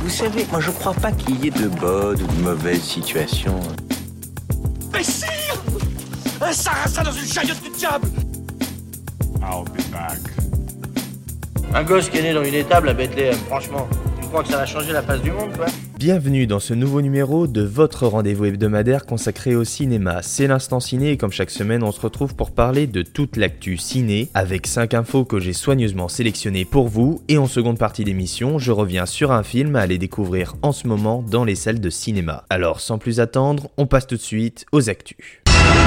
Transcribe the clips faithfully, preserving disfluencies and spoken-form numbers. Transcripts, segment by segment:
Vous savez, moi je crois pas qu'il y ait de bonnes ou de mauvaises situations. Mais sire! Un sarrasin dans une chariote du diable! I'll be back. Un gosse qui est né dans une étable à Bethléem, franchement. Tu crois que ça va changer la face du monde, quoi? Bienvenue dans ce nouveau numéro de votre rendez-vous hebdomadaire consacré au cinéma. C'est l'Instant Ciné et comme chaque semaine, on se retrouve pour parler de toute l'actu ciné avec cinq infos que j'ai soigneusement sélectionnées pour vous. Et en seconde partie d'émission, je reviens sur un film à aller découvrir en ce moment dans les salles de cinéma. Alors sans plus attendre, on passe tout de suite aux actus.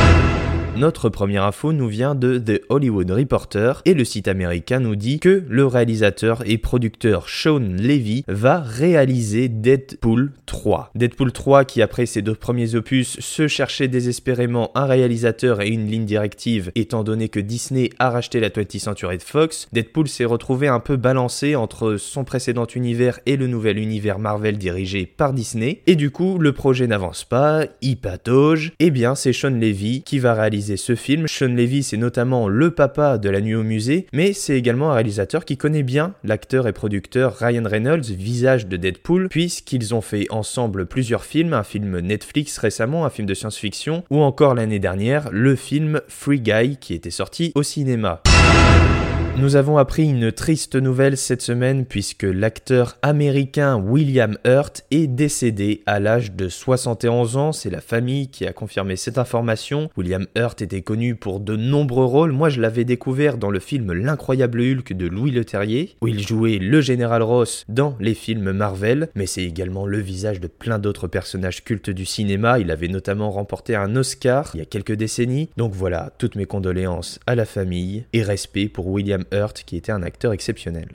Notre première info nous vient de The Hollywood Reporter et le site américain nous dit que le réalisateur et producteur Sean Levy va réaliser Deadpool trois. Deadpool trois qui après ses deux premiers opus se cherchait désespérément un réalisateur et une ligne directive étant donné que Disney a racheté la twentieth Century Fox, Deadpool s'est retrouvé un peu balancé entre son précédent univers et le nouvel univers Marvel dirigé par Disney et du coup le projet n'avance pas, il patauge, et bien c'est Sean Levy qui va réaliser ce film. Sean Levy, c'est notamment le papa de La Nuit au musée, mais c'est également un réalisateur qui connaît bien l'acteur et producteur Ryan Reynolds, visage de Deadpool, puisqu'ils ont fait ensemble plusieurs films, un film Netflix récemment, un film de science-fiction, ou encore l'année dernière, le film Free Guy qui était sorti au cinéma. Nous avons appris une triste nouvelle cette semaine puisque l'acteur américain William Hurt est décédé à l'âge de soixante et onze ans. C'est la famille qui a confirmé cette information. William Hurt était connu pour de nombreux rôles. Moi, je l'avais découvert dans le film L'Incroyable Hulk de Louis Leterrier, où il jouait le général Ross dans les films Marvel, mais c'est également le visage de plein d'autres personnages cultes du cinéma. Il avait notamment remporté un Oscar il y a quelques décennies. Donc voilà, toutes mes condoléances à la famille et respect pour William Hurt qui était un acteur exceptionnel.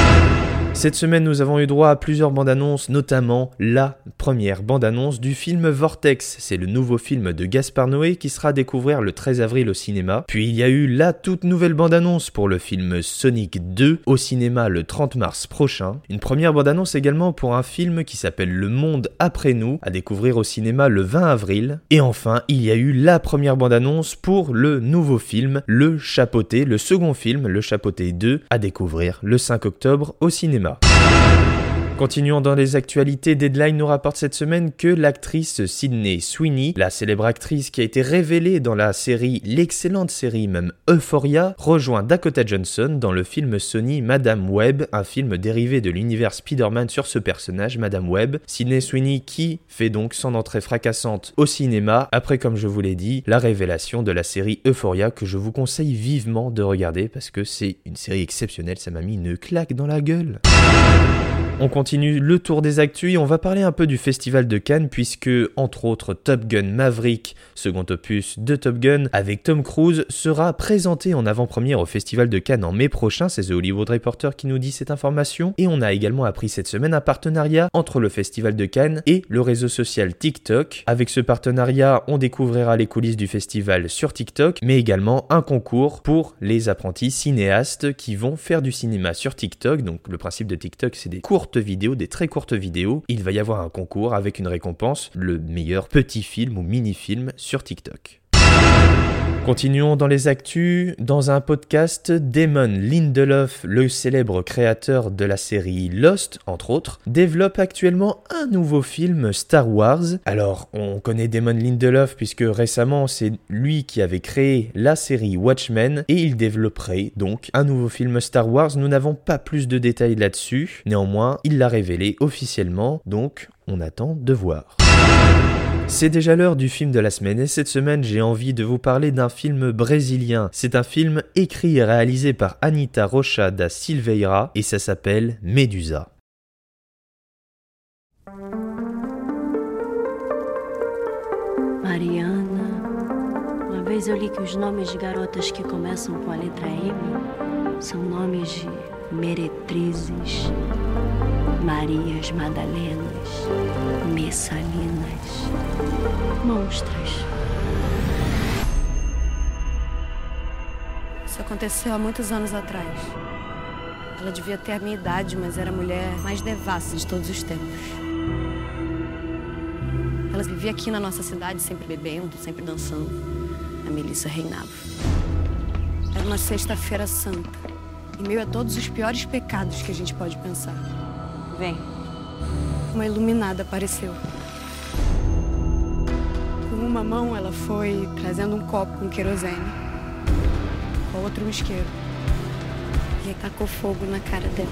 Cette semaine, nous avons eu droit à plusieurs bandes annonces, notamment la première bande annonce du film Vortex. C'est le nouveau film de Gaspard Noé qui sera à découvrir le treize avril au cinéma. Puis il y a eu la toute nouvelle bande annonce pour le film Sonic deux au cinéma le trente mars prochain. Une première bande annonce également pour un film qui s'appelle Le Monde après nous, à découvrir au cinéma le vingt avril. Et enfin, il y a eu la première bande annonce pour le nouveau film Le Chapeauté, le second film, Le Chapeauté deux, à découvrir le cinq octobre au cinéma. Continuons dans les actualités, Deadline nous rapporte cette semaine que l'actrice Sydney Sweeney, la célèbre actrice qui a été révélée dans la série, l'excellente série même Euphoria, rejoint Dakota Johnson dans le film Sony Madame Web, un film dérivé de l'univers Spider-Man sur ce personnage, Madame Web. Sydney Sweeney qui fait donc son entrée fracassante au cinéma, après comme je vous l'ai dit, la révélation de la série Euphoria que je vous conseille vivement de regarder parce que c'est une série exceptionnelle, ça m'a mis une claque dans la gueule. On continue le tour des actus et on va parler un peu du festival de Cannes puisque, entre autres, Top Gun Maverick, second opus de Top Gun, avec Tom Cruise, sera présenté en avant-première au festival de Cannes en mai prochain. C'est The Hollywood Reporter qui nous dit cette information. Et on a également appris cette semaine un partenariat entre le festival de Cannes et le réseau social TikTok. Avec ce partenariat, on découvrira les coulisses du festival sur TikTok, mais également un concours pour les apprentis cinéastes qui vont faire du cinéma sur TikTok. Donc le principe de TikTok, c'est des courtes vidéos, des très courtes vidéos. Il va y avoir un concours avec une récompense, le meilleur petit film ou mini-film sur TikTok. Continuons dans les actus. Dans un podcast, Damon Lindelof, le célèbre créateur de la série Lost, entre autres, développe actuellement un nouveau film Star Wars. Alors, on connaît Damon Lindelof puisque récemment, c'est lui qui avait créé la série Watchmen et il développerait donc un nouveau film Star Wars. Nous n'avons pas plus de détails là-dessus. Néanmoins, il l'a révélé officiellement, donc on attend de voir. C'est déjà l'heure du film de la semaine et cette semaine j'ai envie de vous parler d'un film brésilien. C'est un film écrit et réalisé par Anita Rocha da Silveira et ça s'appelle Medusa. Mariana, uma vez eu li que os nomes de garotas que começam com a letra M são nomes de meretrizes, Marias Madalenas, Messalinas, monstras. Isso aconteceu há muitos anos atrás. Ela devia ter a minha idade, mas era a mulher mais devassa de todos os tempos. Ela vivia aqui na nossa cidade, sempre bebendo, sempre dançando. A Melissa reinava. Era uma sexta-feira santa, em meio a todos os piores pecados que a gente pode pensar. Vem. uma iluminada apareceu. Com uma mão, ela foi trazendo um copo com querosene, com a outra um isqueiro. E aí tacou fogo na cara dela.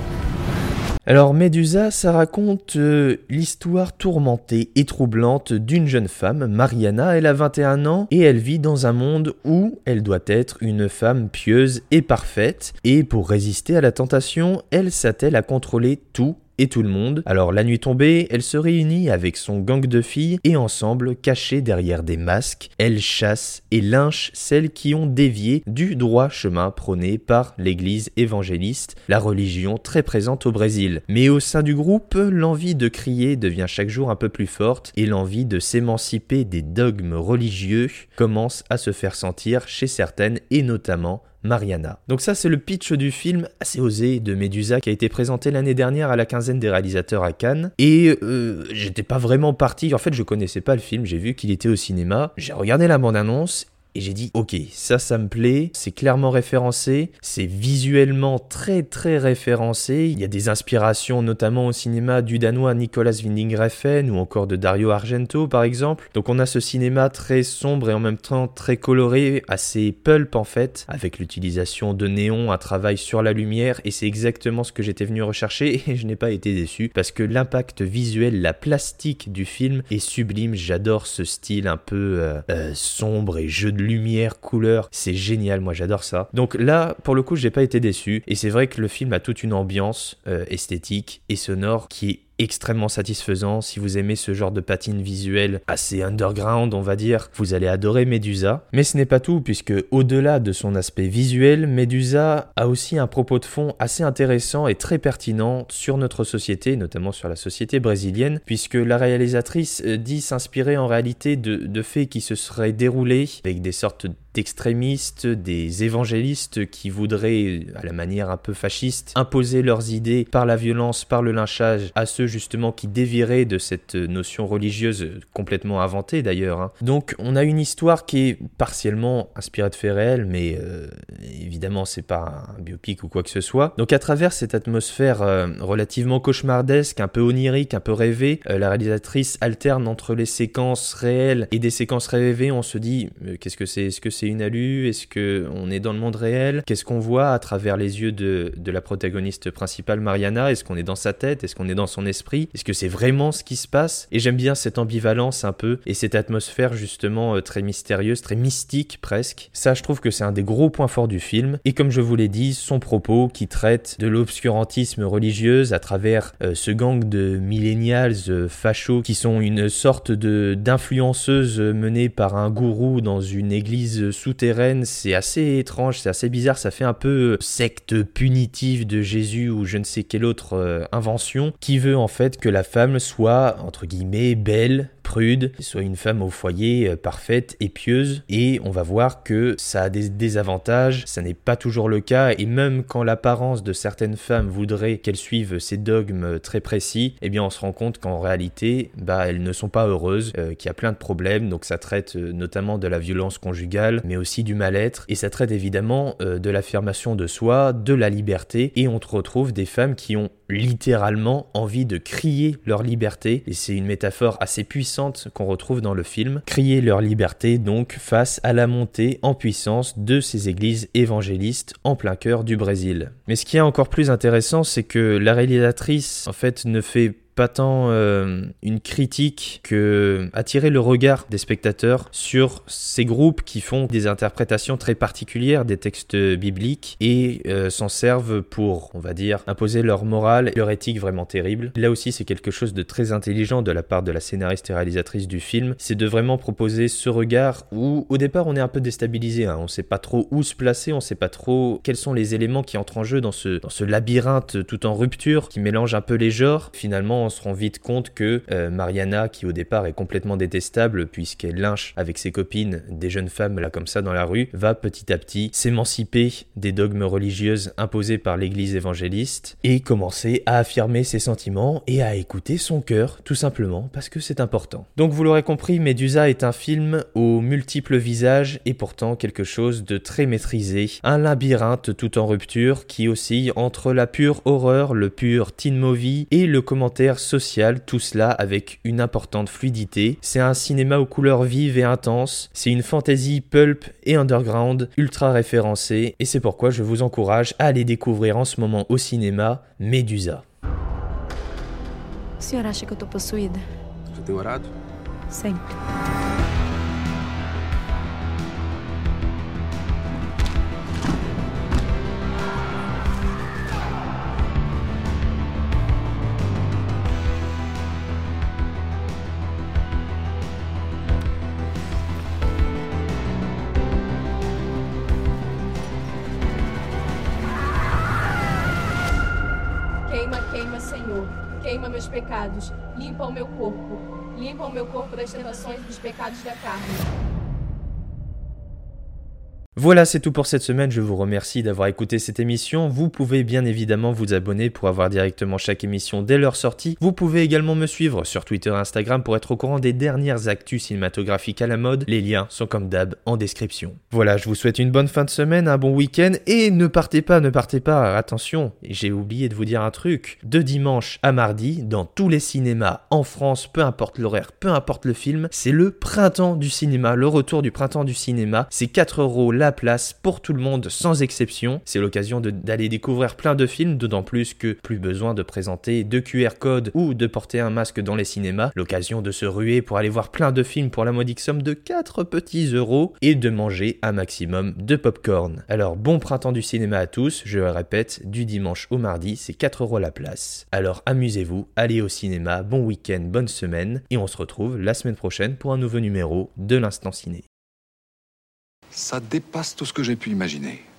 Alors Médusa, ça raconte euh, l'histoire tourmentée et troublante d'une jeune femme, Mariana. Elle a vingt et un ans et elle vit dans un monde où elle doit être une femme pieuse et parfaite. Et pour résister à la tentation, elle s'attelle à contrôler tout et tout le monde. Alors la nuit tombée, elle se réunit avec son gang de filles et ensemble, cachées derrière des masques, elle chasse et lynche celles qui ont dévié du droit chemin prôné par l'église évangéliste, la religion très présente au Brésil. Mais au sein du groupe, l'envie de crier devient chaque jour un peu plus forte et l'envie de s'émanciper des dogmes religieux commence à se faire sentir chez certaines et notamment Mariana. Donc ça c'est le pitch du film assez osé de Médusa qui a été présenté l'année dernière à la quinzaine des réalisateurs à Cannes et euh, j'étais pas vraiment parti, en fait je connaissais pas le film, j'ai vu qu'il était au cinéma, j'ai regardé la bande-annonce et j'ai dit ok, ça ça me plaît, c'est clairement référencé, c'est visuellement très très référencé, il y a des inspirations notamment au cinéma du danois Nicolas Winding Refn ou encore de Dario Argento par exemple. Donc on a ce cinéma très sombre et en même temps très coloré, assez pulp en fait, avec l'utilisation de néon, un travail sur la lumière et c'est exactement ce que j'étais venu rechercher et je n'ai pas été déçu parce que l'impact visuel, la plastique du film est sublime, j'adore ce style un peu euh, euh, sombre et jeu de lumière, couleur, c'est génial, moi j'adore ça. Donc là, pour le coup, j'ai pas été déçu, et c'est vrai que le film a toute une ambiance euh, esthétique et sonore qui est extrêmement satisfaisant. Si vous aimez ce genre de patine visuelle assez underground, on va dire, vous allez adorer Médusa. Mais ce n'est pas tout, puisque au-delà de son aspect visuel, Médusa a aussi un propos de fond assez intéressant et très pertinent sur notre société, notamment sur la société brésilienne, puisque la réalisatrice dit s'inspirer en réalité de, de faits qui se seraient déroulés avec des sortes d'extrémistes, des évangélistes qui voudraient, à la manière un peu fasciste, imposer leurs idées par la violence, par le lynchage à ceux justement qui dévieraient de cette notion religieuse complètement inventée d'ailleurs. Hein. Donc on a une histoire qui est partiellement inspirée de faits réels, mais euh, évidemment c'est pas un biopic ou quoi que ce soit. Donc à travers cette atmosphère euh, relativement cauchemardesque, un peu onirique, un peu rêvée, euh, la réalisatrice alterne entre les séquences réelles et des séquences rêvées. On se dit euh, qu'est-ce que c'est ? Est-ce que c'est une hallu ? Est-ce qu'on est dans le monde réel ? Qu'est-ce qu'on voit à travers les yeux de, de la protagoniste principale, Mariana ? Est-ce qu'on est dans sa tête ? Est-ce qu'on est dans son esprit ? Est-ce que c'est vraiment ce qui se passe ? Et j'aime bien cette ambivalence un peu, et cette atmosphère justement euh, très mystérieuse, très mystique presque. Ça, je trouve que c'est un des gros points forts du film. Et comme je vous l'ai dit, son propos qui traite de l'obscurantisme religieuse à travers euh, ce gang de millennials euh, fachos qui sont une sorte de, d'influenceuses menées par un gourou dans une église souterraine, c'est assez étrange, c'est assez bizarre, ça fait un peu secte punitive de Jésus ou je ne sais quelle autre euh, invention qui veut en fait que la femme soit entre guillemets belle, prude, soit une femme au foyer euh, parfaite et pieuse, et on va voir que ça a des désavantages, ça n'est pas toujours le cas, et même quand l'apparence de certaines femmes voudrait qu'elles suivent ces dogmes très précis, eh bien on se rend compte qu'en réalité, bah elles ne sont pas heureuses, euh, qu'il y a plein de problèmes, donc ça traite euh, notamment de la violence conjugale, mais aussi du mal-être, et ça traite évidemment euh, de l'affirmation de soi, de la liberté, et on retrouve des femmes qui ont littéralement envie de crier leur liberté, et c'est une métaphore assez puissante qu'on retrouve dans le film, crier leur liberté donc face à la montée en puissance de ces églises évangélistes en plein cœur du Brésil. Mais ce qui est encore plus intéressant, c'est que la réalisatrice en fait ne fait pas tant euh, une critique que attirer le regard des spectateurs sur ces groupes qui font des interprétations très particulières des textes bibliques et euh, s'en servent pour, on va dire, imposer leur morale et leur éthique vraiment terrible. Là aussi, c'est quelque chose de très intelligent de la part de la scénariste et réalisatrice du film, c'est de vraiment proposer ce regard où, au départ, on est un peu déstabilisé, hein. On sait pas trop où se placer, on sait pas trop quels sont les éléments qui entrent en jeu dans ce, dans ce labyrinthe tout en rupture qui mélange un peu les genres. Finalement, on se rend vite compte que euh, Mariana, qui au départ est complètement détestable puisqu'elle lynche avec ses copines des jeunes femmes là comme ça dans la rue, va petit à petit s'émanciper des dogmes religieuses imposés par l'église évangéliste et commencer à affirmer ses sentiments et à écouter son cœur, tout simplement parce que c'est important. Donc vous l'aurez compris, Médusa est un film aux multiples visages et pourtant quelque chose de très maîtrisé, un labyrinthe tout en rupture qui oscille entre la pure horreur, le pur teen movie et le commentaire populaire, social, tout cela avec une importante fluidité. C'est un cinéma aux couleurs vives et intenses, c'est une fantasy pulp et underground, ultra référencée, et c'est pourquoi je vous encourage à aller découvrir en ce moment au cinéma Medusa. O senhor acha que eu tô possuída? Você tem orado? Sempre. Queima, queima, Senhor. Queima meus pecados. Limpa o meu corpo. Limpa o meu corpo das tentações e dos pecados da carne. Voilà, c'est tout pour cette semaine, je vous remercie d'avoir écouté cette émission. Vous pouvez bien évidemment vous abonner pour avoir directement chaque émission dès leur sortie. Vous pouvez également me suivre sur Twitter et Instagram pour être au courant des dernières actus cinématographiques à la mode. Les liens sont comme d'hab en description. Voilà, je vous souhaite une bonne fin de semaine, un bon week-end et ne partez pas, ne partez pas, attention, j'ai oublié de vous dire un truc. De dimanche à mardi, dans tous les cinémas en France, peu importe l'horaire, peu importe le film, c'est le printemps du cinéma, le retour du printemps du cinéma. C'est quatre euros la place pour tout le monde sans exception. C'est l'occasion de, d'aller découvrir plein de films, d'autant plus que plus besoin de présenter de Q R code ou de porter un masque dans les cinémas. L'occasion de se ruer pour aller voir plein de films pour la modique somme de quatre petits euros et de manger un maximum de popcorn. Alors bon printemps du cinéma à tous, je le répète, du dimanche au mardi, c'est quatre euros la place. Alors amusez-vous, allez au cinéma, bon week-end, bonne semaine et on se retrouve la semaine prochaine pour un nouveau numéro de l'Instant Ciné. Ça dépasse tout ce que j'ai pu imaginer.